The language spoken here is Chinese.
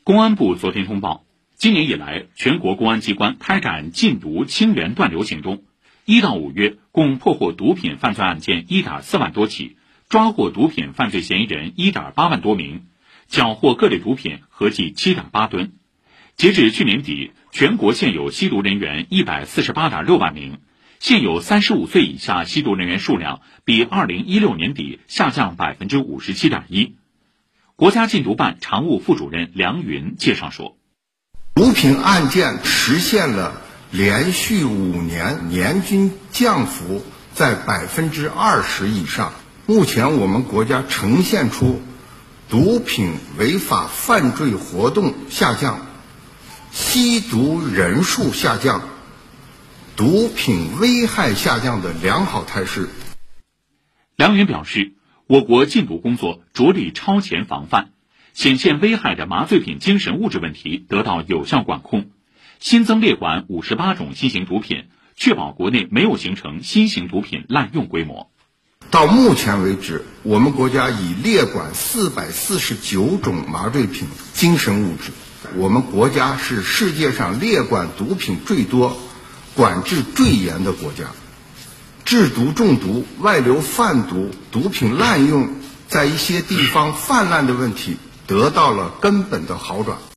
公安部昨天通报，今年以来，全国公安机关开展禁毒清源断流行动，1到5月共破获毒品犯罪案件1.4万多起，抓获毒品犯罪嫌疑人1.8万多名，缴获各类毒品合计7.8吨。截至去年底，全国现有吸毒人员148.6万名，现有35岁以下吸毒人员数量比2016年底下降57.1%。国家禁毒办常务副主任梁云介绍说， 毒品案件实现了连续5年年均降幅在20%以上。目前我们国家呈现出毒品违法犯罪活动下降、吸毒人数下降、毒品危害下降的良好态势。 梁云表示，我国禁毒工作着力超前防范，显现危害的麻醉品精神物质问题得到有效管控，新增列管58种新型毒品，确保国内没有形成新型毒品滥用规模。 到目前为止，我们国家已列管449种麻醉品精神物质，我们国家是世界上列管毒品最多、管制最严的国家。制毒中毒、外流贩毒、毒品滥用在一些地方泛滥的问题得到了根本的好转。